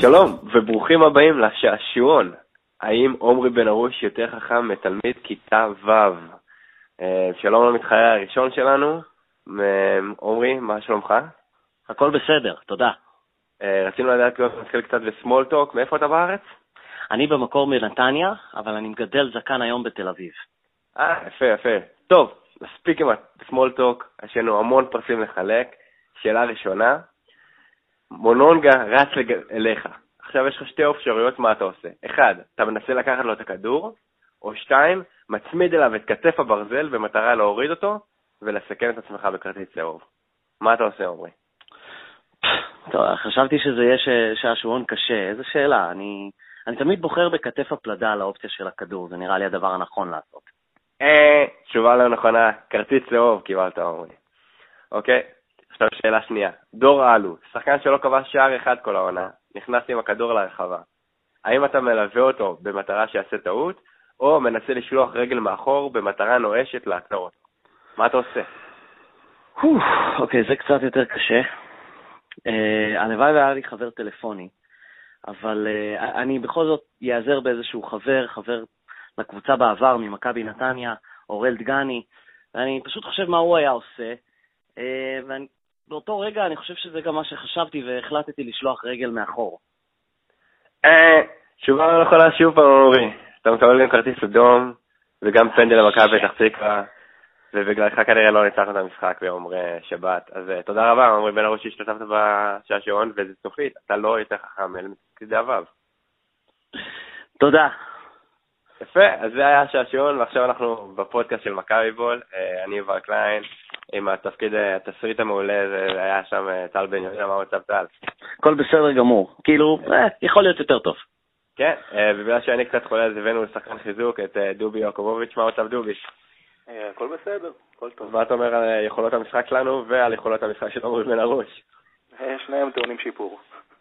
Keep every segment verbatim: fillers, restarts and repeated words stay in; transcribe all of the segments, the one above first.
שלום וברוכים הבאים לשעשועון. האם עומרי בן ארוש יותר חכם מתלמיד כיתה ו'? שלום למתחרה הראשון שלנו. עומרי, מה שלומך? הכל בסדר, תודה. רצינו לדעת להיות נתחיל קצת בסמול טוק. מאיפה אתה בארץ? אני במקור מנתניה, אבל אני מגדל זקן היום בתל אביב. אה, יפה, יפה. טוב, נספיק עם הסמול טוק. יש לנו המון פרסים לחלק. שאלה ראשונה, מונונגה רץ אליך. עכשיו יש לך שתי אפשרויות מה אתה עושה. אחד, אתה מנסה לקחת לו את הכדור, או שתיים, מצמיד אליו את כתף הברזל במטרה להוריד אותו ולסכן את עצמך בכרטיס צהוב. מה אתה עושה, עומרי? טוב, חשבתי שזה יהיה שעשועון קשה. איזו שאלה. אני, אני תמיד בוחר בכתף הפלדה על האופציה של הכדור. זה נראה לי הדבר הנכון לעשות. אה, תשובה לא נכונה. כרטיס צהוב קיבלת, עומרי. אוקיי. עכשיו שאלה שנייה. דור אלו, שחקן שלא כבש שער אחד כל העונה, נכנס עם הכדור לרחבה. האם אתה מלווה אותו במטרה שיעשה טעות, או מנסה לשלוח רגל מאחור במטרה נואשת לעצור אותו? מה אתה עושה? אוקיי, זה קצת יותר קשה. הלוואי והיה לי חבר טלפוני, אבל אני בכל זאת יעזר באיזשהו חבר, חבר לקבוצה בעבר ממכבי נתניה, אורל דגני, ואני פשוט חושב מה הוא היה עושה, ואני באותו רגע אני חושב שזה גם מה שחשבתי והחלטתי לשלוח רגל מאחור. אה, תשובה לא יכולה שוב פעם, עומרי. אתה מקבל גם כרטיס אדום וגם פנדל למכבי פתח תקווה, ובגללך כנראה לא ניצחנו את המשחק ביום שבת. אז תודה רבה, עומרי בן ארוש, שהשתתפת בשעשועון, וזה סופית, אתה לא יותר חכם אל כיתה ו'. תודה. יפה, אז זה היה השעשועון, ועכשיו אנחנו בפודקאסט של מכבי בול. אני יובל קליין, עם התפקיד, התסריט המעולה, זה היה שם טל בן יהודה. מה מצב טל? הכל בסדר גמור, כאילו, אה, יכול להיות יותר טוב. כן, ובגלל שאני קצת חולה, אז הבאנו לשחקן חיזוק את דובי יעקובוביץ'. מה מצב דובי? הכל בסדר, הכל טוב. מה אתה אומר על יכולות המשחק שלנו ועל יכולות המשחק של עומרי בן ארוש? שניהם טעונים שיפור.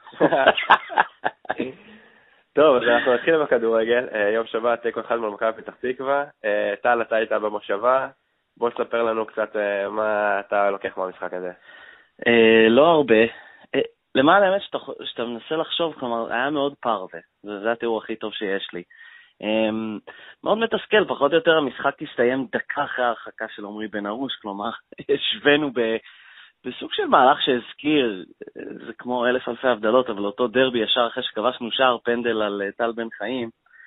טוב, אז אנחנו נתחיל עם הכדורגל. יום שבת, תיקו אחד מול מכבי פתח תקווה. טל, אתה היית במושבה. בוא תספר לנו קצת מה אתה לוקח מהמשחק הזה. לא הרבה. למען האמת שאתה מנסה לחשוב, כלומר, היה מאוד פרווה. זה התיאור הכי טוב שיש לי. מאוד מתסכל, פחות או יותר המשחק הסתיים דקה אחרי ההרחקה של עומרי בן ארוש, כלומר, השווינו בסוג של מהלך שהזכיר, זה כמו אלף אלפי הבדלות, אבל אותו דרבי ישר אחרי שכבשנו שער פנדל על טל בן חיים,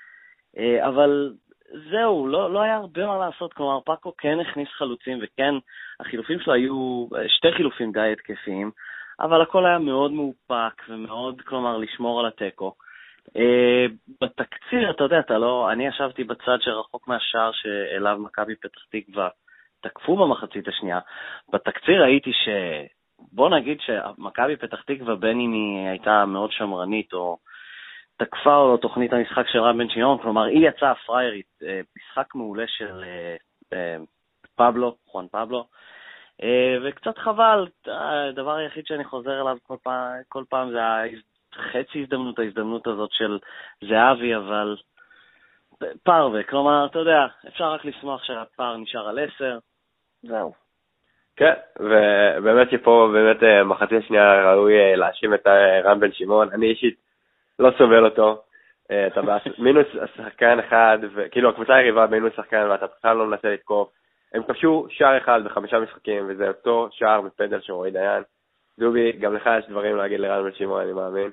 אבל זהו, לא, לא היה הרבה מה לעשות, כלומר, פאקו כן הכניס חלוצים, וכן, החילופים שלו היו שתי חילופים די התקפיים, אבל הכל היה מאוד מאופק, ומאוד, כלומר, לשמור על הטקו. Uh, בתקציר, אתה יודע, אתה לא, אני ישבתי בצד שרחוק מהשער שאליו מכבי פתח תקווה תקפו במחצית השנייה. בתקציר ראיתי ש, בוא נגיד שמכבי פתח תקווה, בין אם היא הייתה מאוד שמרנית או תקפה או תוכנית המשחק של רן בן שמעון, כלומר היא יצאה פריירית, uh, משחק מעולה של uh, uh, פבלו, חואן פבלו, uh, וקצת חבל, הדבר היחיד שאני חוזר אליו כל פעם, כל פעם זה חצי הזדמנות, ההזדמנות הזאת של זהבי, אבל פרווה, כלומר, אתה יודע, אפשר רק לשמוח שהפער נשאר על עשר, זהו. כן, ובאמת שפה, באמת מחצית שנייה ראוי להאשים את רן בן שמעון. אני אישית לא סובל אותו, אתה מינוס שחקן אחד, כאילו הקבוצה היריבה מינוס שחקן ואתה בכלל לא מנסה לתקוף. הם כבשו שער אחד בחמישה משחקים, וזה אותו שער בפנדל של רועי דיין. דובי, גם לך יש דברים להגיד לרן בן שמעון, אני מאמין.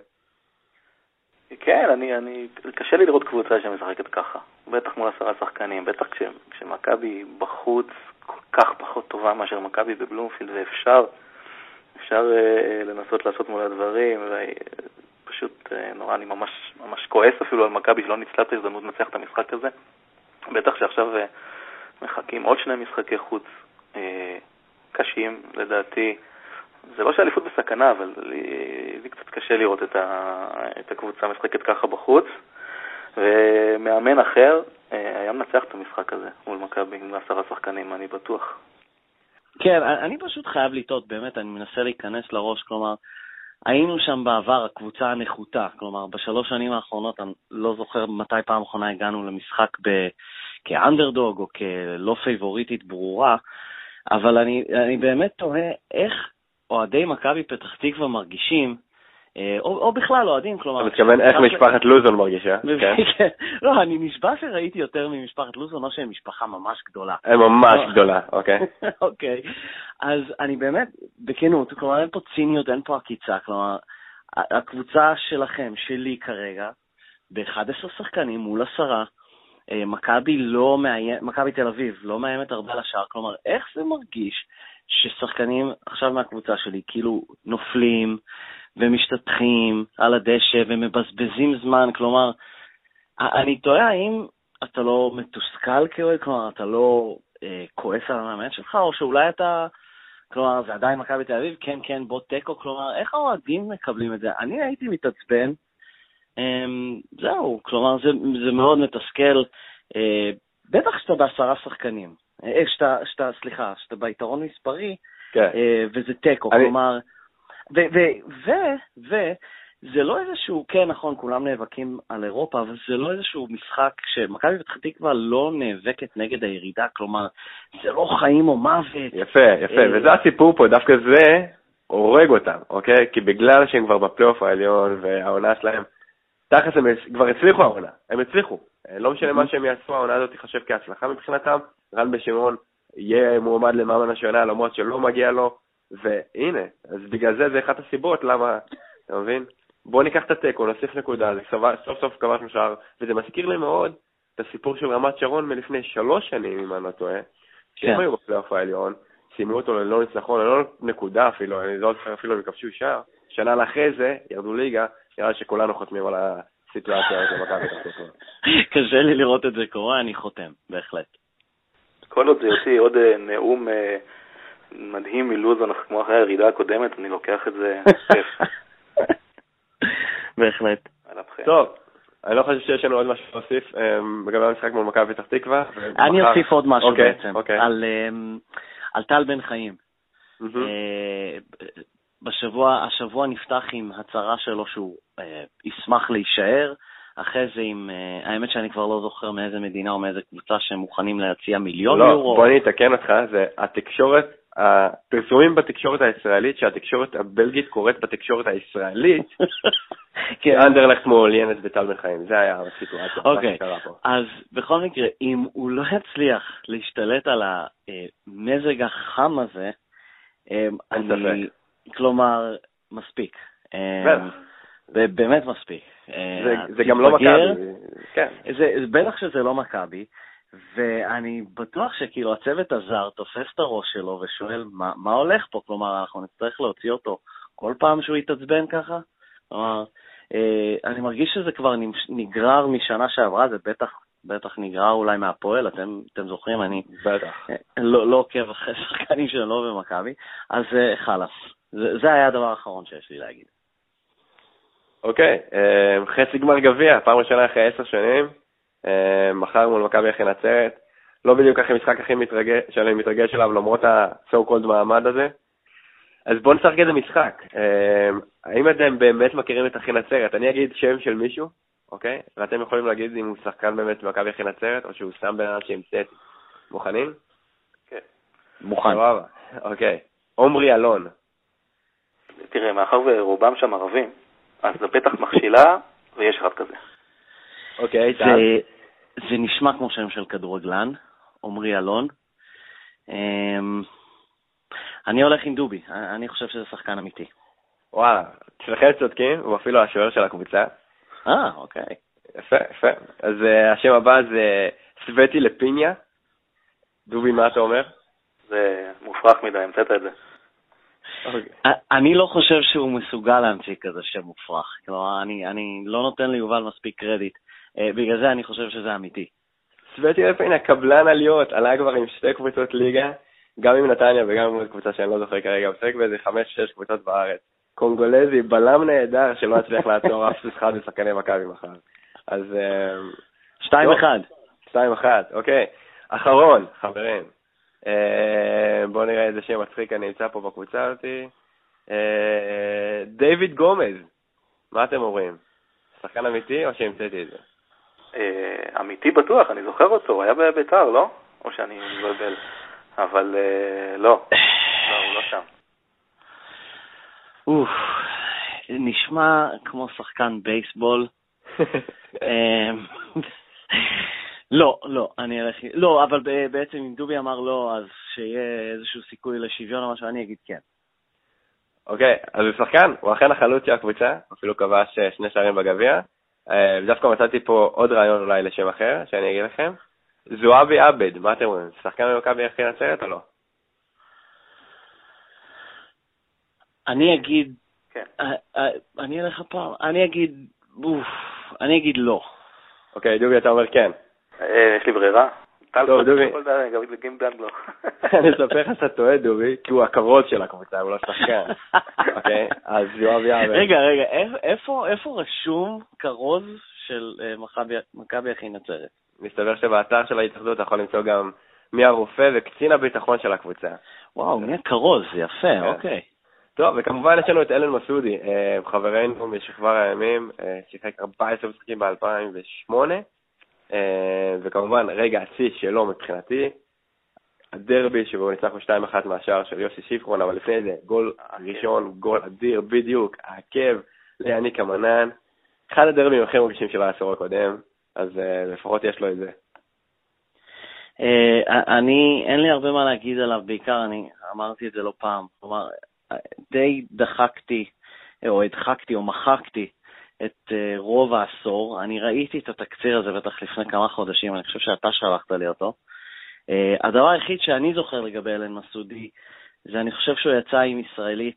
כן, אני, אני, קשה לי לראות קבוצה שמשחקת ככה, בטח מול עשרה שחקנים, בטח כש, כשמכבי בחוץ כל כך פחות טובה מאשר מכבי בבלומפילד, ואפשר אפשר אה, לנסות לעשות מול הדברים, ופשוט אה, נורא, אני ממש, ממש כועס אפילו על מכבי שלא ניצלה את ההזדמנות לנצח את המשחק הזה, בטח שעכשיו אה, מחכים עוד שני משחקי חוץ אה, קשים, לדעתי. זה לא שהאליפות בסכנה, אבל לי, לי קצת קשה לראות את, ה, את הקבוצה משחקת ככה בחוץ, ומאמן אחר היה מנצח את המשחק הזה מול מכבי עם עשרה שחקנים, אני בטוח. כן, אני פשוט חייב לטעות, באמת, אני מנסה להיכנס לראש, כלומר, היינו שם בעבר הקבוצה הנחותה, כלומר, בשלוש שנים האחרונות, אני לא זוכר מתי פעם אחרונה הגענו למשחק ב, כאנדרדוג או כלא פייבוריטית ברורה, אבל אני, אני באמת תוהה איך אוהדי מכבי פתח תקווה מרגישים או, או בכלל אוהדים, כלומר... אתה מתכוון איך משפחת לוזון מרגישה? כן. לא, אני נשבע שראיתי יותר ממשפחת לוזון, או שהם משפחה ממש גדולה. הם ממש גדולה, אוקיי. אוקיי. אז אני באמת, בכנות, כלומר, אין פה ציניות, אין פה עקיצה, כלומר, הקבוצה שלכם, שלי כרגע, ב-אחד עשר שחקנים מול עשרה, מכבי לא מאיים, מכבי תל אביב לא מאיימת הרבה לשער, כלומר, איך זה מרגיש ששחקנים עכשיו מהקבוצה שלי כאילו נופלים ומשתתחים על הדשא ומבזבזים זמן, כלומר, אני תוהה האם אתה לא מתוסכל כאוהד, כלומר, אתה לא אה, כועס על המאמן שלך, או שאולי אתה, כלומר, זה עדיין מכבי תל אביב, כן, כן, בוא טקו, כלומר, איך האוהדים מקבלים את זה? אני הייתי מתעצבן, אה, זהו, כלומר, זה, זה מאוד מתסכל, אה, בטח שאתה בעשרה שחקנים, אה, שאתה, שאתה, סליחה, שאתה ביתרון מספרי, כן. אה, וזה טקו, אני... כלומר, ו, ו, ו, ו, זה לא איזשהו, כן, נכון, כולם נאבקים על אירופה, אבל זה לא איזשהו משחק שמכבי פתח תקווה לא נאבקת נגד הירידה, כלומר, זה לא חיים או מוות. יפה, יפה, וזה הסיפור פה, דווקא זה הורג אותם, אוקיי? כי בגלל שהם כבר בפלייאוף העליון והעונה שלהם, תכף הם כבר הצליחו העונה, הם הצליחו. לא משנה מה שהם יעשו, העונה הזאת תחשב כהצלחה מבחינתם, רן בשמעון יהיה מועמד למאמן השנה, למרות שלא מגיע לו, והנה, אז בגלל זה זה אחת הסיבות, למה, אתה מבין? בוא ניקח את הטקו, נוסיף נקודה, סוף סוף כבשנו שער, וזה מזכיר לי מאוד את הסיפור של רמת שרון מלפני שלוש שנים, אם אני לא טועה, שהם היו בפלייאוף העליון, סיימו אותו ללא ניצחון, ללא נקודה אפילו, אני לא זוכר אפילו אם כבשו שער, שנה לאחרי זה, ירדו ליגה, נראה שכולנו חותמים על הסיטואציה הזאת למכבי פתח תקווה. קשה לי לראות את זה קורה, אני חותם, בהחלט. כל עוד זה יוציא עוד נאום מדהים מלוזון, כמו אחרי הירידה הקודמת, אני לוקח את זה כיף. בהחלט. טוב, אני לא חושב שיש לנו עוד משהו להוסיף בגבי המשחק מול מכבי פתח תקווה. אני אוסיף עוד משהו בעצם, על טל בן חיים. בשבוע, השבוע נפתח עם הצהרה שלו שהוא ישמח להישאר, אחרי זה עם, האמת שאני כבר לא זוכר מאיזה מדינה או מאיזה קבוצה שמוכנים להציע מיליון לא, יורו. בוא אני אתקן אותך, זה התקשורת, הפרסומים בתקשורת הישראלית, שהתקשורת הבלגית קוראת בתקשורת הישראלית, כי אנדרלכט מעוליינת בטל בן חיים, זה היה הסיטואציה. אוקיי, אז בכל מקרה, אם הוא לא יצליח להשתלט על המזג החם הזה, אני, כלומר, מספיק. באמת מספיק. זה גם לא מכבי. כן. בטח שזה לא מכבי, ואני בטוח שכאילו הצוות הזר תופס את הראש שלו ושואל מה, מה הולך פה, כלומר אנחנו נצטרך להוציא אותו כל פעם שהוא יתעצבן ככה. כלומר, אני מרגיש שזה כבר נגרר משנה שעברה, זה בטח, בטח נגרר אולי מהפועל, אתם, אתם זוכרים, אני בטח. לא, לא עוקב אחרי שחקנים שלו במכבי, אז חלאס. זה, זה היה הדבר האחרון שיש לי להגיד. אוקיי, חצי גמר גביע, פעם ראשונה אחרי עשר שנים, מחר מול מכבי אחרי נצרת, לא בדיוק אחרי משחק הכי מתרגש, שאני מתרגש אליו למרות ה-so called מעמד הזה. אז בואו נשחק איזה משחק. האם אתם באמת מכירים את אחי נצרת? אני אגיד שם של מישהו, אוקיי? ואתם יכולים להגיד אם הוא שחקן באמת במכבי אחי נצרת, או שהוא סתם בן אדם שהמצאתי. מוכנים? כן. מוכן. אוקיי. עומרי אלון. תראה, מאחר ורובם שם ערבים, אז זה בטח מכשילה, ויש אחד כזה. אוקיי, זה, זה נשמע כמו שם של כדורגלן, עומרי אלון. אני הולך עם דובי, אני חושב שזה שחקן אמיתי. וואלה, אצלכם צודקים, הוא אפילו השוער של הקבוצה. אה, אוקיי. יפה, יפה. אז uh, השם הבא זה סווטי לפיניה. דובי, מה אתה אומר? זה מופרך מדי, המצאת את זה. Okay. אני לא חושב שהוא מסוגל להמציא כזה שם מופרך. כלומר, אני, אני לא נותן ליובל מספיק קרדיט. Uh, בגלל זה אני חושב שזה אמיתי. סווטי לפיניה, קבלן עליות, עלה כבר עם שתי קבוצות ליגה, גם עם נתניה וגם עם קבוצה שאני לא זוכר כרגע, עוסק באיזה חמש, שש קבוצות בארץ. קונגולזי, בלם נהדר, שלא הצליח לעצור אף אחד לשחקני מכבי מחר. אז... שתיים אחד. שתיים אחד, אוקיי. אחרון, חברים. בואו נראה איזה שם מצחיק אני נמצא פה בקבוצה אותי. דיוויד גומז. מה אתם אומרים? שחקן אמיתי או שהמצאתי את זה? אמיתי בטוח, אני זוכר אותו, הוא היה בביתר, לא? או שאני מבלבל. אבל לא, לא, הוא לא שם. אוף, נשמע כמו שחקן בייסבול. לא, לא, אני אלך... לא, אבל בעצם אם דובי אמר לא, אז שיהיה איזשהו סיכוי לשוויון או משהו, אני אגיד כן. אוקיי, אז הוא שחקן, הוא אכן החלוץ של הקבוצה, אפילו כבש שני שערים בגביע. דווקא מצאתי פה עוד רעיון אולי לשם אחר, שאני אגיד לכם. זועבי עבד, מה אתם אומרים? שחקן ממכבי אחי נצרת או לא? אני אגיד... כן. אני אלך הפעם, אני אגיד... אני אגיד לא. אוקיי, דובי, אתה אומר כן. יש לי ברירה. טוב, דובי. גם מתגעים דנגלו. אני אספר לך שאתה טועה, דובי, כי הוא הכבוד של הקבוצה, הוא לא שחקן. אוקיי, אז זועבי עבד. רגע, רגע, איפה רשום כרוז של מכבי אחי נצרת? מסתבר שבאתר של ההתאחדות אתה יכול למצוא גם מי הרופא וקצין הביטחון של הקבוצה. וואו, מי הכרוז, יפה, אוקיי. טוב, וכמובן יש לנו את אלן מסודי, חברנו משכבר הימים, שיחק ארבעה עשר משחקים ב-אלפיים ושמונה, וכמובן רגע הצי שלו מבחינתי, הדרבי שבו ניצחנו שתיים אחת מהשאר של יוסי שיפרון, אבל לפני זה גול ראשון, גול אדיר בדיוק, העקב ליאניק המנן, אחד הדרבים הכי מרגישים של העשור הקודם, אז לפחות יש לו את זה. אני, אין לי הרבה מה להגיד עליו, בעיקר אני אמרתי את זה לא פעם, כלומר, די דחקתי, או הדחקתי, או מחקתי את רוב העשור. אני ראיתי את התקציר הזה בטח לפני כמה חודשים, אני חושב שאתה שלחת לי אותו. הדבר היחיד שאני זוכר לגבי אלן מסודי, זה אני חושב שהוא יצא עם ישראלית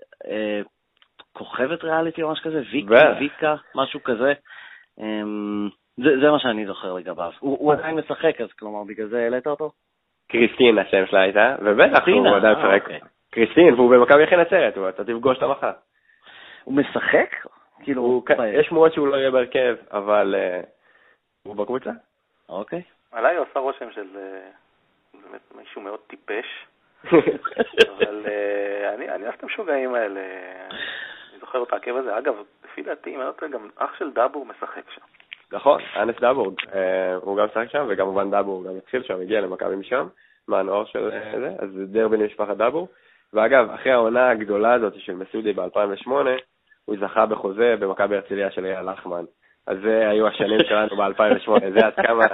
כוכבת ריאליטי או משהו כזה, ויקה, ויקה, משהו כזה. זה, זה מה שאני זוכר לגביו. הוא, הוא עדיין משחק, אז כלומר, בגלל זה העלית אותו? קריסטין, השם שלה הייתה, ובטח הוא עדיין משחק. קריסטין, והוא במכבי אחי נצרת, אתה תפגוש אותה מחר. הוא משחק? כאילו, יש שמועות שהוא לא יהיה בהרכב, אבל הוא בקבוצה. אוקיי. עליי הוא עושה רושם של מישהו מאוד טיפש, אבל אני אוהב את המשוגעים האלה. אני זוכר את העקב הזה. אגב, לפי דעתי, גם אח של דאבור משחק שם. נכון, אנס דאבורג, הוא גם משחק שם, וכמובן דאבורג גם התחיל שם, הגיע למכבי משם, מהנוער של זה, אז זה דרבי למשפחת דאבורג. ואגב, אחרי העונה הגדולה הזאת של מסודי ב-אלפיים ושמונה, הוא זכה בחוזה במכבי הרצליה של אייל לחמן. אז זה היו השנים שלנו ב-אלפיים ושמונה, זה עד כמה...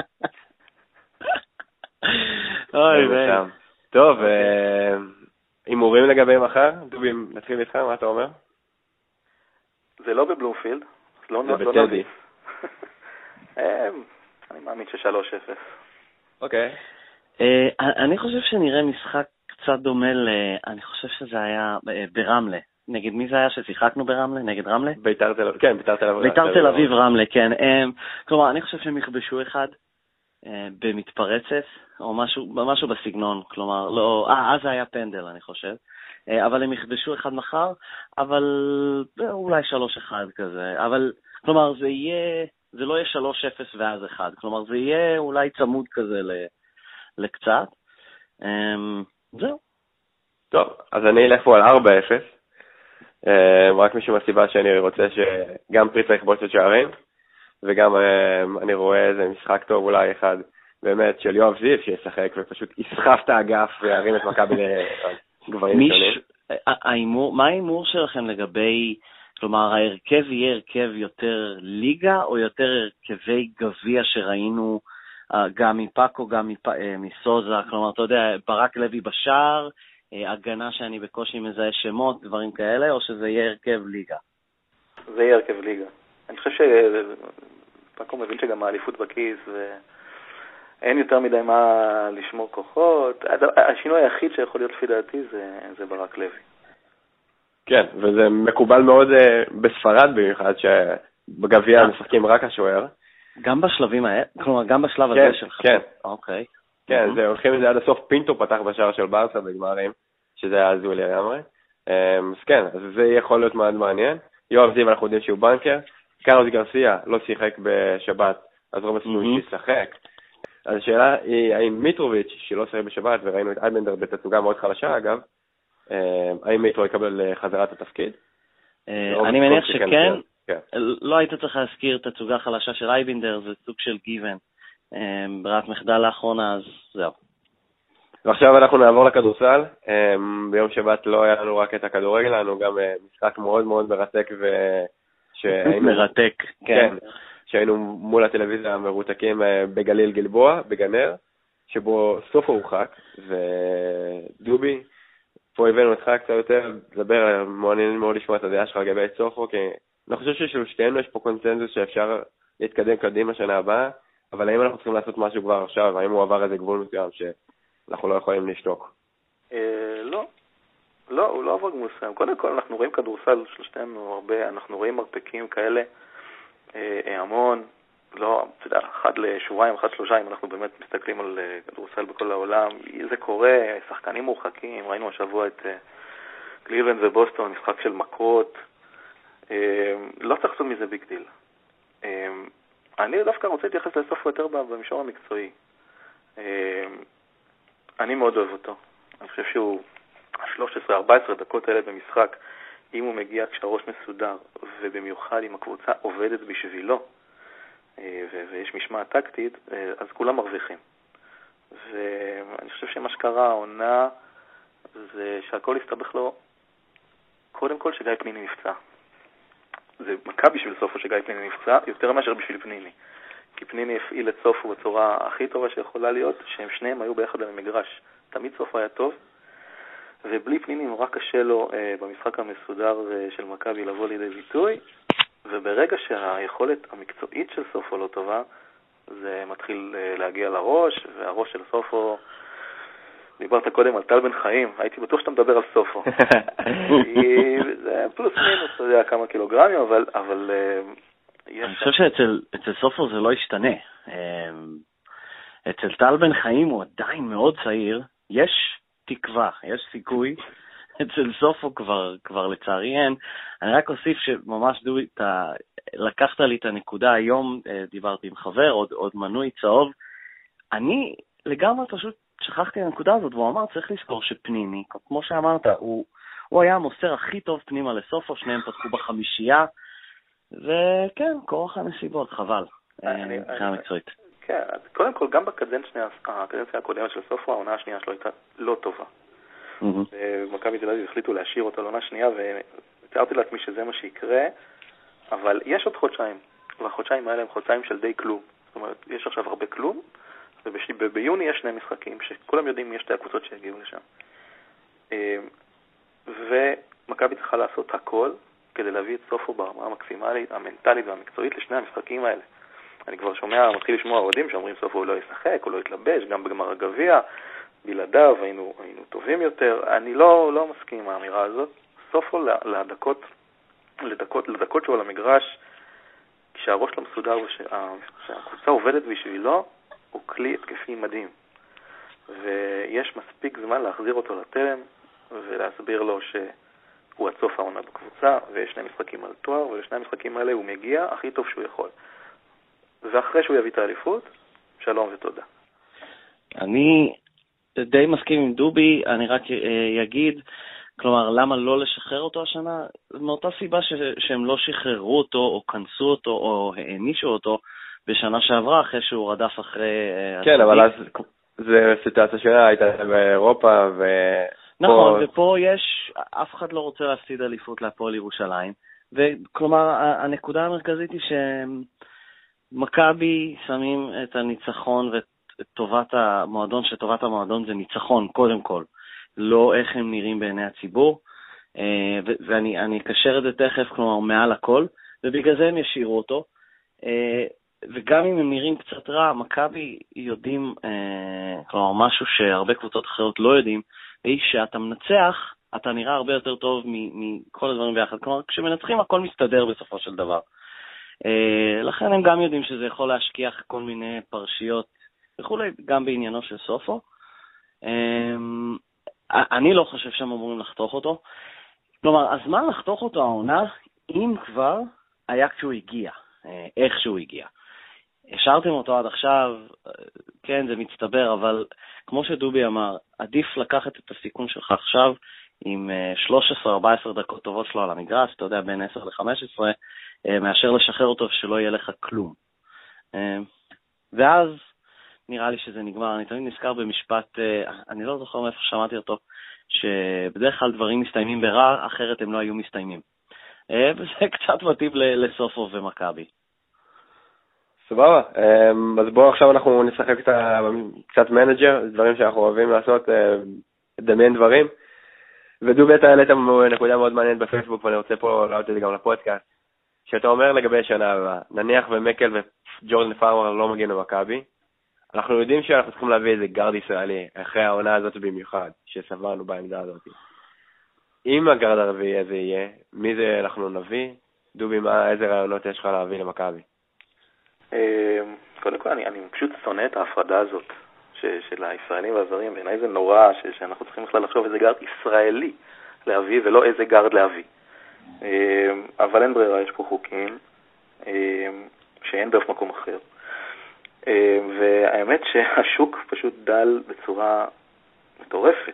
אוי ויי. טוב, הימורים לגבי מחר, דובי, נתחיל איתך, מה אתה אומר? זה לא בבלומפילד, זה בטדי. אני מאמין ש-שלוש אפס. אוקיי. אני חושב שנראה משחק קצת דומה ל... אני חושב שזה היה ברמלה. נגד מי זה היה ששיחקנו ברמלה? נגד רמלה? ביתר תל אביב, כן, ביתר תל אביב. ביתר תל אביב רמלה, כן. כלומר, אני חושב שהם יכבשו אחד במתפרצת, או משהו, משהו בסגנון. כלומר, לא... אה, אז היה פנדל, אני חושב. אבל הם יכבשו אחד מחר, אבל אולי שלוש אחד כזה. אבל, כלומר, זה יהיה... זה לא יהיה שלוש אפס ואז אחד. כלומר, זה יהיה אולי צמוד כזה לקצת. זהו. טוב, אז אני אלך פה על ארבע אפס. רק משום הסיבה שאני רוצה שגם פריץ יכבוש את שערים, וגם אני רואה איזה משחק טוב אולי אחד באמת של יואב זיו שישחק ופשוט יסחף את האגף וירים את מכבי לגברים שונים. מה האימור שלכם לגבי... כלומר, ההרכב יהיה הרכב יותר ליגה, או יותר הרכבי גביע שראינו גם מפאקו, גם מסוזה? כלומר, אתה יודע, ברק לוי בשער, הגנה שאני בקושי מזהה שמות, דברים כאלה, או שזה יהיה הרכב ליגה? זה יהיה הרכב ליגה. אני חושב שפאקו מבין שגם האליפות בכיס, ואין יותר מדי מה לשמור כוחות. השינוי היחיד שיכול להיות לפי דעתי זה, זה ברק לוי. כן, וזה מקובל מאוד uh, בספרד במיוחד, שבגביע משחקים רק השוער. גם בשלבים האלה? כלומר, גם בשלב כן, הזה שלך? כן. אוקיי. כן, mm-hmm. זה הולכים לזה עד הסוף. פינטו פתח בשער של ברסה בגמרים, שזה היה הזוי לגמרי. אז כן, אז זה יכול להיות מאוד מעניין. יואב זיו, אנחנו יודעים שהוא בנקר. קרלוס גרסיה לא שיחק בשבת, אז רוב הסיכוי mm-hmm. שישחק. אז השאלה היא, האם מיטרוביץ' שלא שיחק בשבת, וראינו את אייבנדר בתצוגה מאוד חלשה אגב, האם מיטרו יקבל חזרת התפקיד? אני מניח שכן. לא היית צריך להזכיר תצוגה חלשה של אייבנדר, זה סוג של גיוון. ברירת מחדל לאחרונה, אז זהו. ועכשיו אנחנו נעבור לכדורסל. ביום שבת לא היה לנו רק את הכדורגל, היה לנו גם משחק מאוד מאוד מרתק ו... שהיינו... מרתק, כן. שהיינו מול הטלוויזיה מרותקים בגליל גלבוע, בגנר, שבו סופו הורחק, ודובי, פה הבאנו אותך קצת יותר, לדבר, מעוניין מאוד לשמוע את הדעה שלך לגבי את סופו, כי אני חושב ששלו שתינו יש פה קונצנזוס שאפשר להתקדם קדימה שנה הבאה, אבל האם אנחנו צריכים לעשות משהו כבר עכשיו, האם הוא עבר איזה גבול מסוים שאנחנו לא יכולים לשתוק? לא, לא, הוא לא עבר גבול מסוים. קודם כל אנחנו רואים כדורסל שלושתנו הרבה, אנחנו רואים מרפקים כאלה, המון, לא, אתה יודע, אחד לשבועיים, אחד שלושה, אם אנחנו באמת מסתכלים על כדורסל בכל העולם, זה קורה, שחקנים מורחקים, ראינו השבוע את קליבלנד ובוסטון, משחק של מכות, לא צריך לעשות מזה ביג דיל. אני דווקא רוצה להתייחס לסופו יותר במישור המקצועי. אני מאוד אוהב אותו. אני חושב שהוא שלוש עשרה ארבע עשרה דקות האלה במשחק, אם הוא מגיע כשהראש מסודר, ובמיוחד אם הקבוצה עובדת בשבילו, ויש משמעת טקטית, אז כולם מרוויחים. ואני חושב שמה שקרה העונה, זה שהכל הסתבך לו, קודם כל שגיא פניני נפצע. זה מכה בשביל סופו שגיא פניני נפצע, יותר מאשר בשביל פניני. כי פניני הפעיל את סופו בצורה הכי טובה שיכולה להיות, שהם שניהם היו ביחד במגרש. תמיד סופו היה טוב, ובלי פניני נורא קשה לו אה, במשחק המסודר אה, של מכבי לבוא לידי ביטוי, וברגע שהיכולת המקצועית של סופו לא טובה, זה מתחיל אה, להגיע לראש, והראש של סופו, דיברת קודם על טל בן חיים, הייתי בטוח שאתה מדבר על סופו. זה פלוס מינוס, אתה יודע, כמה קילוגרמים, אבל... אבל אה, אני חושב שאצל אצל סופו זה לא ישתנה. אצל טל בן חיים הוא עדיין מאוד צעיר, יש תקווה, יש סיכוי. אצל סופו כבר, כבר לצערי אין. אני רק אוסיף שממש דו, אתה, לקחת לי את הנקודה היום, דיברתי עם חבר, עוד, עוד מנוי צהוב. אני לגמרי פשוט שכחתי את הנקודה הזאת, והוא אמר, צריך לזכור שפניני, כמו שאמרת, הוא, הוא היה המוסר הכי טוב פנימה לסופו, שניהם פתחו בחמישייה, וכן, כורח הנסיבות, חבל, מבחינה מקצועית. כן, אז קודם כל, גם בקדנציה הקודמת של סופו, העונה השנייה שלו הייתה לא טובה. ומכבי תל אביב החליטו להשאיר אותו לעונה שנייה, ותיארתי לעצמי שזה מה שיקרה, אבל יש עוד חודשיים, והחודשיים האלה הם חודשיים של די כלום. זאת אומרת, יש עכשיו הרבה כלום, וביוני יש שני משחקים, שכולם יודעים מי יש שתי הקבוצות שהגיעו לשם. ומכבי צריכה לעשות הכל, כדי להביא את סופו ברמה המקסימלית, המנטלית והמקצועית לשני המשחקים האלה. אני כבר שומע, מתחיל לשמוע עודים שאומרים סופו הוא לא ישחק, הוא לא יתלבש, גם בגמר הגביע, בלעדיו היינו, היינו טובים יותר. אני לא, לא מסכים עם האמירה הזאת. סופו לדקות, לדקות, לדקות שהוא על המגרש, כשהראש לא מסודר ושהקבוצה עובדת בשבילו, הוא כלי התקפי מדהים. ויש מספיק זמן להחזיר אותו לתלם ולהסביר לו ש... הוא עד סוף העונה בקבוצה, ויש שני משחקים על תואר, ולשני המשחקים האלה הוא מגיע הכי טוב שהוא יכול. ואחרי שהוא יביא את האליפות, שלום ותודה. אני די מסכים עם דובי, אני רק אגיד, כלומר, למה לא לשחרר אותו השנה? מאותה סיבה ש- שהם לא שחררו אותו, או כנסו אותו, או הענישו אותו, בשנה שעברה, אחרי שהוא רדף אחרי... כן, אבל אז זה סיטואציה שונה, הייתה באירופה, ו... נכון, ופה יש, אף אחד לא רוצה להפסיד אליפות להפועל ירושלים, וכלומר, הנקודה המרכזית היא שמכבי שמים את הניצחון ואת טובת המועדון, שטובת המועדון זה ניצחון, קודם כל, לא איך הם נראים בעיני הציבור, ואני אני אקשר את זה תכף, כלומר, מעל הכל, ובגלל זה הם ישאירו אותו, וגם אם הם נראים קצת רע, מכבי יודעים, כלומר, משהו שהרבה קבוצות אחרות לא יודעים, היא שאתה מנצח, אתה נראה הרבה יותר טוב מכל הדברים ביחד. כלומר, כשמנצחים הכל מסתדר בסופו של דבר. לכן הם גם יודעים שזה יכול להשכיח כל מיני פרשיות וכולי, גם בעניינו של סופו. אני לא חושב שהם אמורים לחתוך אותו. כלומר, הזמן לחתוך אותו העונה, אם כבר היה כשהוא הגיע, איך שהוא הגיע. השארתם אותו עד עכשיו, כן, זה מצטבר, אבל כמו שדובי אמר, עדיף לקחת את הסיכון שלך עכשיו עם שלוש עשרה ארבע עשרה דקות טובות שלו על המגרש, אתה יודע, בין עשר לחמש עשרה, מאשר לשחרר אותו שלא יהיה לך כלום. ואז נראה לי שזה נגמר. אני תמיד נזכר במשפט, אני לא זוכר מאיפה שמעתי אותו, שבדרך כלל דברים מסתיימים ברע, אחרת הם לא היו מסתיימים. וזה קצת מתאים לסופו ומכבי. סבבה, אז בואו עכשיו אנחנו נשחק קצת מנג'ר, דברים שאנחנו אוהבים לעשות, דמיין דברים. ודובי, אתה העלית נקודה מאוד מעניינת בפייסבוק, ואני רוצה פה להעלות את זה גם לפודקאסט, שאתה אומר לגבי שנה הבאה, נניח ומקל וג'ורדן פארמר לא מגיעים למכבי, אנחנו יודעים שאנחנו צריכים להביא איזה גארד ישראלי, אחרי העונה הזאת במיוחד, שסברנו בעמדה הזאת. אם הגארד הרביעי הזה יהיה, מי זה אנחנו נביא? דובי, מה, איזה רעיונות יש לך להביא למכבי? קודם כל, אני, אני פשוט שונא את ההפרדה הזאת ש, של הישראלים והזרים, בעיניי זה נורא ש, שאנחנו צריכים בכלל לחשוב איזה גארד ישראלי להביא ולא איזה גארד להביא. אבל אין ברירה, יש פה חוקים שאין באף מקום אחר. והאמת שהשוק פשוט דל בצורה מטורפת.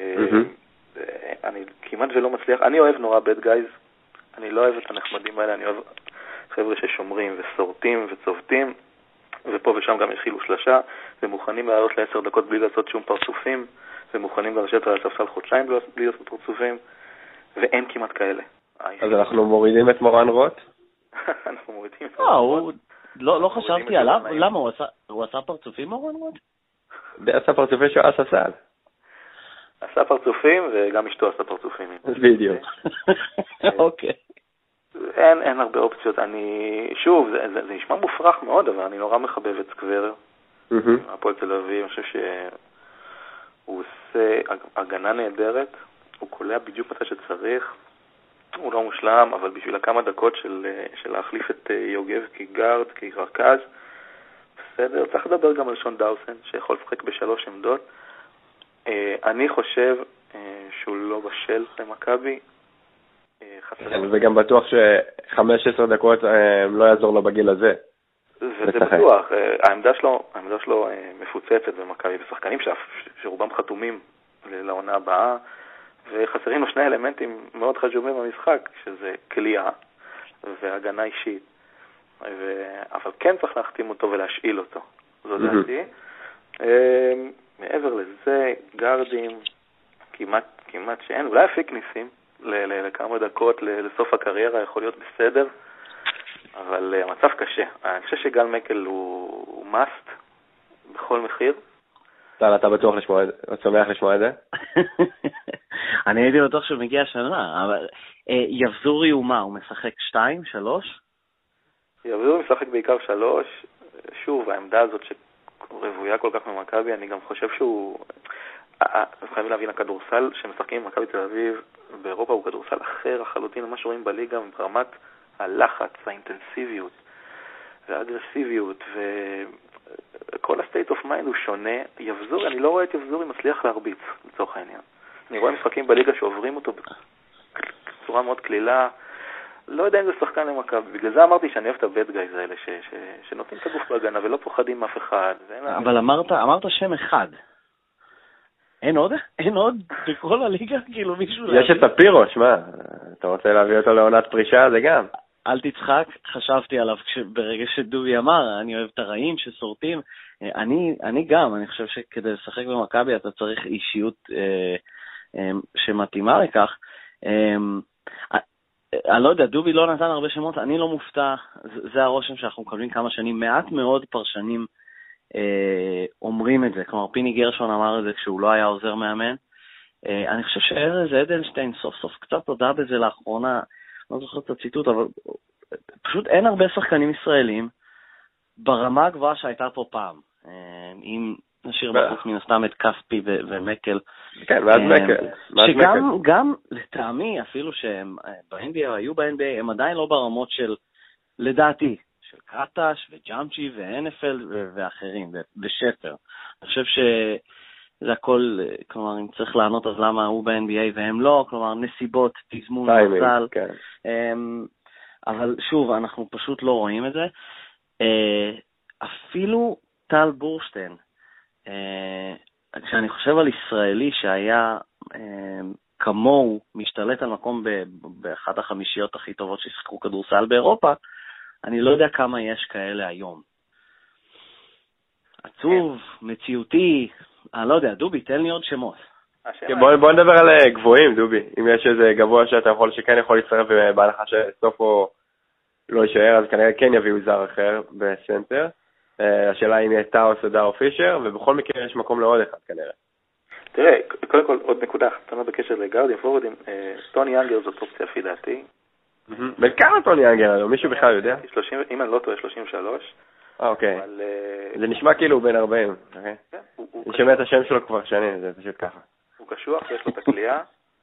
אני כמעט ולא מצליח, אני אוהב נורא bad guys, אני לא אוהב את הנחמדים האלה, אני אוהב חבר'ה ששומרים וסורטים וצובטים, ופה ושם גם יחילו שלשה, ומוכנים לעלות לעשר דקות בלי לעשות שום פרצופים, ומוכנים לרשת על הספסל חודשיים בלי לעשות פרצופים, ואין כמעט כאלה. אז אנחנו מורידים את מורן רוט? אנחנו מורידים את מורן רוט. לא חשבתי עליו, למה? הוא עשה פרצופים מורן רוט? עשה פרצופים שהוא עשה סל. עשה פרצופים וגם אשתו עשה פרצופים. בדיוק. אוקיי. אין, אין הרבה אופציות. אני, שוב, זה, זה, זה נשמע מופרך מאוד, אבל אני נורא מחבב את סקוור. הפועל תל אביב, אני חושב שהוא עושה הגנה נהדרת, הוא קולע בדיוק מתי שצריך, הוא לא מושלם, אבל בשביל הכמה דקות של, של להחליף את יוגב כגארד, כרכז, בסדר, צריך לדבר גם על שון דאוסן, שיכול לשחק בשלוש עמדות. אני חושב שהוא לא בשל למכבי. וגם בטוח ש-חמש עשרה דקות לא יעזור לו בגיל הזה. וזה בטוח. העמדה שלו, העמדה שלו מפוצצת במכבי, בשחקנים שרובם חתומים לעונה הבאה, וחסרים לו שני אלמנטים מאוד חשובים במשחק, שזה כלייה והגנה אישית. אבל כן צריך להחתים אותו ולהשאיל אותו. זו דעתי. מעבר לזה, גארדים כמעט, כמעט שאין, אולי אפיק ניסים לכמה דקות לסוף הקריירה יכול להיות בסדר, אבל המצב קשה. אני חושב שגל מקל הוא מאסט בכל מחיר. טל, אתה בטוח לשמוע את זה? צומח לשמוע את זה? אני הייתי בטוח שהוא מגיע השנה, אבל יבזורי הוא מה? הוא משחק שתיים, שלוש? יבזורי משחק בעיקר שלוש. שוב, העמדה הזאת ש... רבויה כל כך ממכבי, אני גם חושב שהוא, חייבים להבין, הכדורסל שמשחקים במכבי תל אביב באירופה הוא כדורסל אחר לחלוטין למה שרואים בליגה, ברמת הלחץ, האינטנסיביות והאגרסיביות וכל ה-state of mind הוא שונה. יבזורי, אני לא רואה את יבזורי מצליח להרביץ לצורך העניין. אני רואה משחקים בליגה שעוברים אותו בצורה מאוד כלילה, לא יודע אם זה שחקן למכבי, בגלל זה אמרתי שאני אוהב את הבד גייז האלה, ש, ש, שנותנים את הגוף בהגנה ולא פוחדים מאף אחד. אבל אמרת, אמרת שם אחד. אין עוד? אין עוד? בכל הליגה? כאילו מישהו... יש את הפירו, שמה, אתה רוצה להביא אותו לעונת פרישה, זה גם. אל תצחק, חשבתי עליו ברגע שדובי אמר, אני אוהב את הרעים שסורטים. אני, אני גם, אני חושב שכדי לשחק במכבי אתה צריך אישיות אה, אה, שמתאימה לכך. אה, אני לא יודע, דובי לא נתן הרבה שמות, אני לא מופתע, זה הרושם שאנחנו מקבלים כמה שנים, מעט מאוד פרשנים אה, אומרים את זה, כלומר פיני גרשון אמר את זה כשהוא לא היה עוזר מאמן, אה, אני חושב שארז אדלשטיין סוף סוף קצת הודע בזה לאחרונה, לא זוכר את הציטוט, אבל פשוט אין הרבה שחקנים ישראלים ברמה הגבוהה שהייתה פה פעם, אה, אם נשאיר בחוץ מן הסתם את כספי ו- ומקל. כן, ואז מקל. שגם, גם לטעמי, אפילו שהם ב-אן בי איי, היו ב-אן בי איי, הם עדיין לא ברמות של, לדעתי, של קטש וג'אמצ'י ו-אן אף אל ואחרים, ושפר. אני חושב שזה הכל, כלומר, אם צריך לענות אז למה הוא ב-אן בי איי והם לא, כלומר, נסיבות, תזמון, מזל. כן. אבל שוב, אנחנו פשוט לא רואים את זה. אפילו טל בורשטיין, כשאני חושב על ישראלי שהיה כמוהו משתלט על מקום באחת החמישיות הכי טובות ששיחקו כדורסל באירופה, אני לא יודע כמה יש כאלה היום. עצוב, מציאותי, אני לא יודע, דובי, תן לי עוד שמות. בוא נדבר על גבוהים, דובי. אם יש איזה גבוה שאתה יכול, שכן יכול להצטרף בהנחה שסופו לא יישאר, אז כנראה כן יביאו זר אחר בסנטר. השאלה אם יהיה טאוס או דאו פישר, ובכל מקרה יש מקום לעוד אחד כנראה. תראה, קודם כל עוד נקודה, תנו בקשר לגארדים פורורדים, טוני יאנגר זאת אופציה לפי דעתי. בן כמה טוני יאנגר? מישהו בכלל יודע? אם אני לא טועה, שלושים ושלוש. אה, אוקיי. זה נשמע כאילו הוא בן ארבעים. אני שומע את השם שלו כבר שנים, זה פשוט ככה. הוא קשוח, יש לו את הכלייה,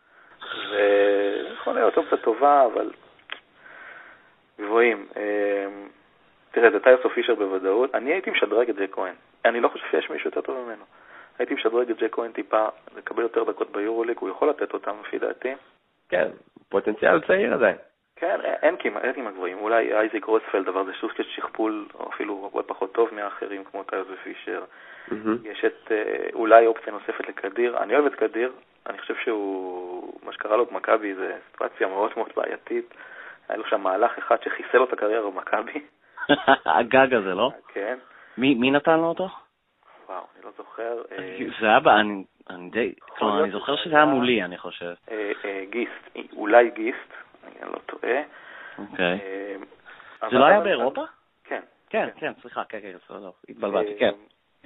ויכול להיות אופציה טובה, אבל גבוהים. תראה, זה טיירס או פישר בוודאות. אני הייתי משדרג את ג'ק כהן. אני לא חושב שיש מישהו יותר טוב ממנו. הייתי משדרג את ג'ק כהן טיפה, לקבל יותר דקות ביורוליג, הוא יכול לתת אותם לפי דעתי. כן, פוטנציאל צעיר עדיין. כן, אין כמעט, אין כמעט גבוהים. אולי אייזיק רוספלד, אבל זה סוג של שכפול, או אפילו הרבה פחות טוב מהאחרים, כמו טיירס ופישר. יש את, אולי אופציה נוספת לקדיר. אני אוהב את קדיר. אני חושב שהוא, מה שקרה לו במכבי, זה סיטואציה מאוד מאוד בעייתית. היה לו שם מהלך אחד שחיסל לו את הקריירה במכבי. הגג הזה, לא? כן. מי, מי נתן לו אותו? וואו, אני לא זוכר. זה היה, אני, אני די, כלומר, אני זוכר שזה היה מולי, אני חושב. גיסט, אולי גיסט, אני לא טועה. אוקיי. זה לא היה באירופה? כן. כן, כן, סליחה, כן, כן, לא, התבלבלתי, כן.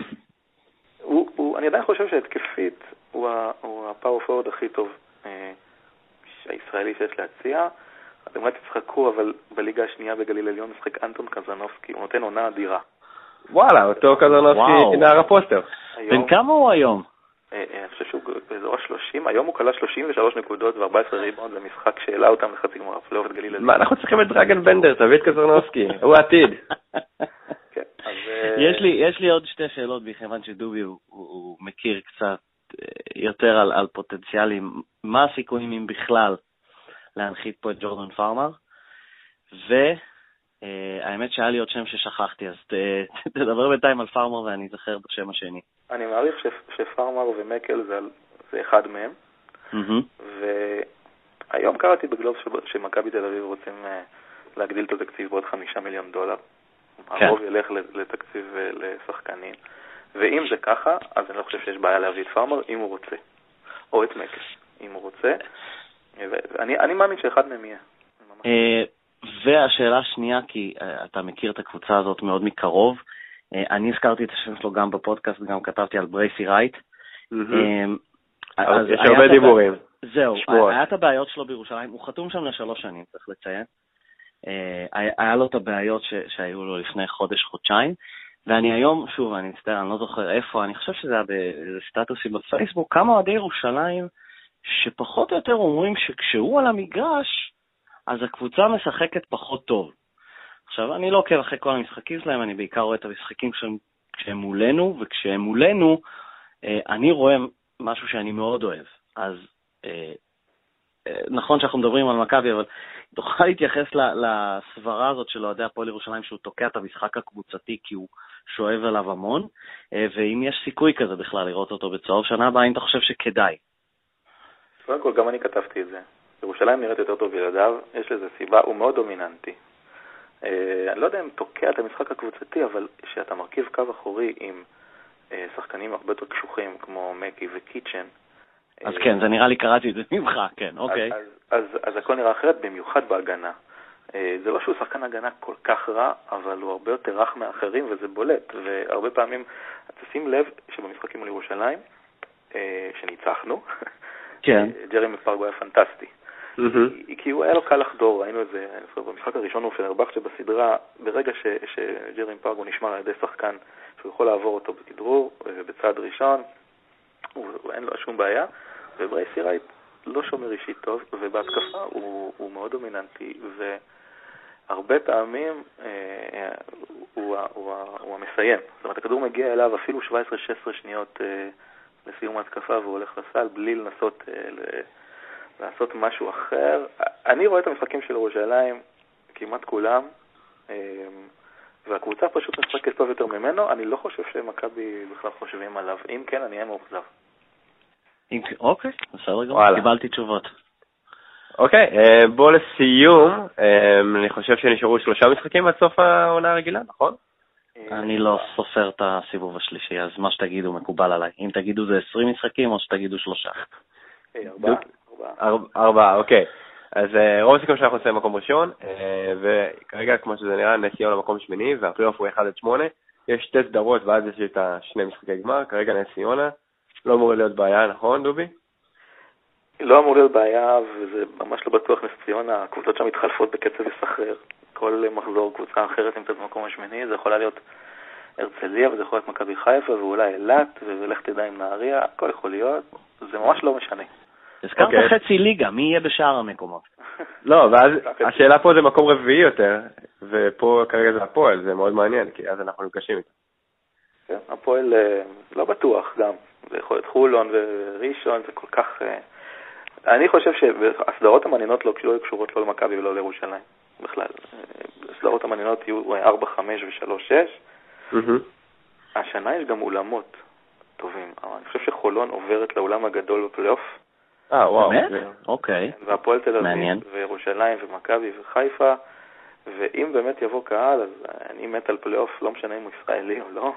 אני עדיין חושב שהתקפית הוא הפאור פורד הכי טוב הישראלי שיש להציע. אתם אולי תצחקו, אבל בליגה השנייה בגליל עליון משחק אנטון קזנובסקי, הוא נותן עונה אדירה. וואלה, אותו קזנובסקי נער הפוסטר. בן כמה הוא היום? אני חושב שהוא באזור ה-שלושים, היום הוא כלה שלושים ושלוש נקודות ו-ארבע עשרה ריבאונד, זה משחק שהעלה אותם לחצי גמר הפלייאוף את גליל עליון. מה, אנחנו צריכים את דרגן בנדר, תביא את קזנובסקי, הוא העתיד. יש לי עוד שתי שאלות, מכיוון שדובי הוא מכיר קצת יותר על פוטנציאלים, מה הסיכויים אם בכלל להנחית פה את ג'ורדן פארמר, והאמת שהיה לי עוד שם ששכחתי, אז תדבר בינתיים על פארמר ואני אזכר בשם השני. אני מעריך שפארמר ומקל זה אחד מהם, והיום קראתי בגלוב שמכבי תל אביב רוצים להגדיל את התקציב בעוד חמישה מיליון דולר, הרוב ילך לתקציב לשחקנים, ואם זה ככה, אז אני לא חושב שיש בעיה להביא את פארמר אם הוא רוצה, או את מקל אם הוא רוצה, אני, אני מאמין שאחד מהם יהיה. והשאלה השנייה, כי אתה מכיר את הקבוצה הזאת מאוד מקרוב, אני הזכרתי את השם שלו גם בפודקאסט, גם כתבתי על ברייסי רייט. יש הרבה דיבורים. זהו, היה את הבעיות שלו בירושלים, הוא חתום שם לשלוש שנים, צריך לציין. היה לו את הבעיות שהיו לו לפני חודש, חודשיים, ואני היום, שוב, אני מצטער, אני לא זוכר איפה, אני חושב שזה היה בסטטוסים בפייסבוק, כמה אוהדי ירושלים, שפחות או יותר אומרים שכשהוא על המגרש, אז הקבוצה משחקת פחות טוב. עכשיו, אני לא עוקב אחרי כל המשחקים שלהם, אני בעיקר רואה את המשחקים שהם, כשהם מולנו, וכשהם מולנו, אני רואה משהו שאני מאוד אוהב. אז נכון שאנחנו מדברים על מכבי, אבל תוכל להתייחס לסברה הזאת של אוהדי הפועל ירושלים, שהוא תוקע את המשחק הקבוצתי, כי הוא שואב עליו המון, ואם יש סיכוי כזה בכלל לראות אותו בצהוב שנה הבאה, אם אתה חושב שכדאי. קודם כל, גם אני כתבתי את זה. ירושלים נראית יותר טוב בלעדיו, יש לזה סיבה, הוא מאוד דומיננטי. אני לא יודע אם תוקע את המשחק הקבוצתי, אבל שאתה מרכיב קו אחורי עם שחקנים הרבה יותר קשוחים, כמו מקי וקיצ'ן. אז כן, זה נראה לי קראתי את זה ממך, כן, אוקיי. אז הכל נראה אחרת, במיוחד בהגנה. זה לא שהוא שחקן הגנה כל כך רע, אבל הוא הרבה יותר רך מאחרים, וזה בולט. והרבה פעמים, תשים לב שבמשחקים על ירושלים, שניצחנו, כן. ג'רמי פרגו היה פנטסטי. כי הוא היה לו קל לחדור, ראינו את זה במשחק הראשון הוא פנרבחצ'ה בסדרה, ברגע שג'רמי פרגו נשמר על ידי שחקן שהוא יכול לעבור אותו בכדרור, בצד ראשון, אין לו שום בעיה, וברייסי רייט לא שומר אישית טוב, ובהתקפה הוא, הוא מאוד דומיננטי, והרבה פעמים אה, הוא, הוא, הוא המסיים. זאת אומרת, הכדור מגיע אליו אפילו שבע עשרה שש עשרה שניות אה, לסיום ההתקפה, והוא הולך לסל בלי לנסות אה, ל, לעשות משהו אחר. אני רואה את המשחקים של ירושלים, כמעט כולם, אה, והקבוצה פשוט משחקת טוב יותר ממנו. אני לא חושב שמכבי בכלל חושבים עליו. אם כן, אני אהיה מאוכזב. אוקיי, בסדר גמור, קיבלתי תשובות. אוקיי, בוא לסיום, אני חושב שנשארו שלושה משחקים עד סוף העונה הרגילה, נכון? אני לא סופר את הסיבוב השלישי, אז מה שתגידו מקובל עליי. אם תגידו זה עשרים משחקים או שתגידו שלושה. ארבעה. ארבעה, אוקיי. אז רוב הסיכום שאנחנו עושים מקום ראשון, וכרגע כמו שזה נראה, נס ציונה למקום שמיני, והפלייאוף הוא אחד עד שמונה. יש שתי סדרות ואז יש את השני משחקי גמר, כרגע נס ציונה. לא אמור להיות בעיה, נכון דובי? לא אמור להיות בעיה, וזה ממש לא בטוח נס ציונה. הקבוצות שם מתחלפות בקצב מסחרר. כל מחזור קבוצה אחרת נמצאת במקום השמיני, זה יכולה להיות הרצליה, וזה יכול להיות מכבי חיפה, ואולי אילת, ולך תדע עם נהריה, הכל יכול להיות. זה ממש לא משנה. הזכרת חצי ליגה, מי יהיה בשאר המקומות? לא, ואז השאלה פה זה מקום רביעי יותר, ופה כרגע זה הפועל, זה מאוד מעניין, כי אז אנחנו נפגשים איתו. כן, הפועל לא בטוח גם, זה יכול להיות חולון וראשון, זה כל כך... אני חושב שהסדרות המעניינות לא קשורות לא למכבי ולא לירושלים, בכלל. הסדרות המעניינות יהיו ארבע, חמש ו-שלוש, שש. השנה יש גם אולמות טובים, אבל אני חושב שחולון עוברת לאולם הגדול בפלייאוף. אה, וואו. באמת? אוקיי. והפועל תל אביב וירושלים ומכבי וחיפה, ואם באמת יבוא קהל, אז אני מת על פלייאוף, לא משנה אם הוא ישראלי או לא.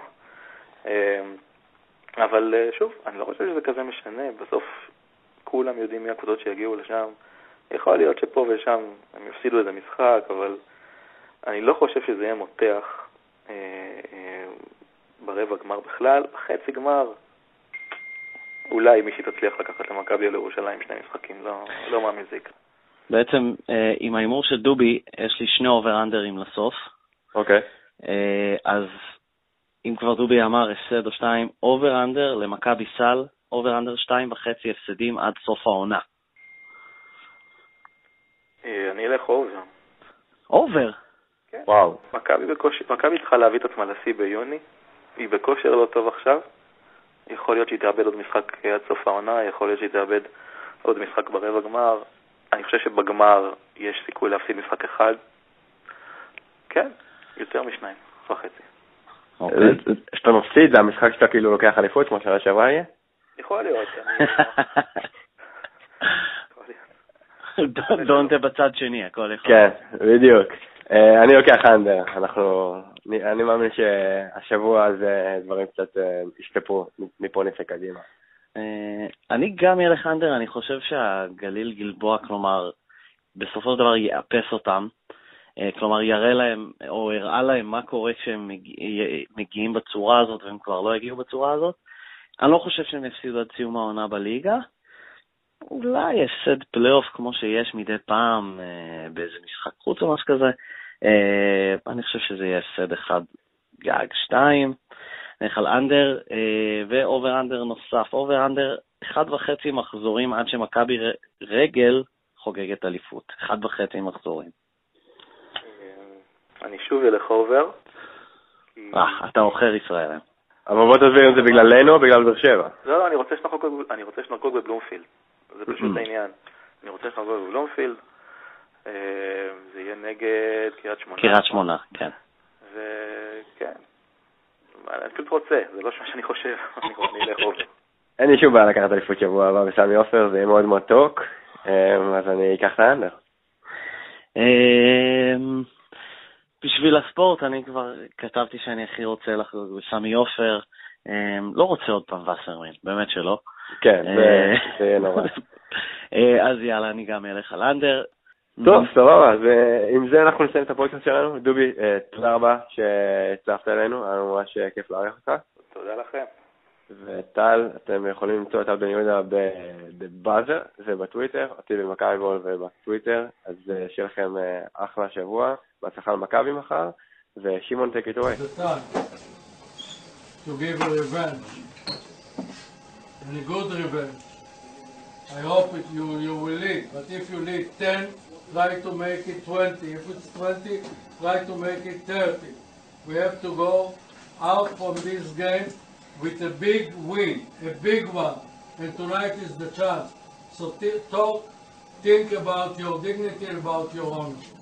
אבל שוב, אני לא חושב שזה כזה משנה, בסוף כולם יודעים מי הקבוצות שיגיעו לשם. יכול להיות שפה ושם הם יפסידו איזה משחק, אבל אני לא חושב שזה יהיה מותח אה, אה, ברבע גמר בכלל. חצי גמר, אולי מישהי תצליח לקחת למכבי או לירושלים שני משחקים, לא, לא מאמין זה יקרה. בעצם אה, עם האימור של דובי, יש לי שני אובר-אנדרים לסוף. אוקיי. אה, אז אם כבר דובי אמר הפסד או שתיים, אובר-אנדר למכבי סל, אובר-אנדר שתיים וחצי הפסדים עד סוף העונה. אני אלך אובר. אובר? כן. וואו. מכבי בקושי, מכבי צריכה להביא את עצמה לשיא ביוני, היא בכושר לא טוב עכשיו, יכול להיות שהיא תאבד עוד משחק עד סוף העונה, יכול להיות שהיא תאבד עוד משחק ברבע גמר, אני חושב שבגמר יש סיכוי להפסיד משחק אחד, כן, יותר משניים, וחצי. שאתה מפסיד, זה המשחק שאתה כאילו לוקח אליפות, כמו שנה שעברה יהיה? יכול להיות. דונטה בצד שני, הכל יכול. כן, בדיוק. אני לוקח אנדר, אנחנו, אני מאמין שהשבוע הזה דברים קצת השתפרו מפה נצא קדימה. אני גם ילך אנדר, אני חושב שהגליל גלבוע, כלומר, בסופו של דבר יאפס אותם, כלומר יראה להם, או יראה להם מה קורה כשהם מגיעים בצורה הזאת, והם כבר לא יגיעו בצורה הזאת. אני לא חושב שהם יפסידו עד סיום העונה בליגה, אולי הפסד פלייאוף כמו שיש מדי פעם באיזה משחק חוץ או משהו כזה. אני חושב שזה יהיה הפסד אחד גג שתיים, נלך על אנדר ואובר אנדר נוסף. אובר אנדר אחד וחצי מחזורים עד שמכבי רגל חוגגת אליפות. אחד וחצי מחזורים. אני שוב אלך אובר. אתה אוכר ישראל. אבל בוא תסביר אם זה בגללנו או בגלל באר שבע. לא, לא, אני רוצה שנרקוד בבלומפילד. זה פשוט העניין. אני רוצה שנרקוד בבלומפילד. זה יהיה נגד קריית שמונה. קריית שמונה, כן. וכן. אני פשוט רוצה, זה לא מה שאני חושב. אני אלך אובר. אין לי שום בעיה לקחת אליפות שבוע הבא בסמי עופר, זה יהיה מאוד מתוק. אז אני אקח את האנדר. בשביל הספורט אני כבר כתבתי שאני הכי רוצה לחגוג בסמי עופר, לא רוצה עוד פעם וסרמן, באמת שלא. כן, זה יהיה נורא. אז יאללה, אני גם אלך על אנדר. טוב, סבבה, אז עם זה אנחנו נסיים את הפודקאסט שלנו. דובי, תודה רבה שהצטרפת אלינו, היה ממש כיף לארח אותך. תודה לכם. וטל, אתם יכולים למצוא את טל בן יהודה בבאזר, זה בטוויטר, אותי במכבי וול ובטוויטר, אז שיהיה לכם אחלה שבוע, בהצלחה למכבי מחר, ושמעון take it away. It's the time to give a revenge, and a good revenge. I hope it, you, you will lead, but if you lead ten, try to make it twenty. If it's twenty, try to make it thirty. We have to go out from this game with a big win, a big one, and tonight is the chance. So talk, think about your dignity, about your honor.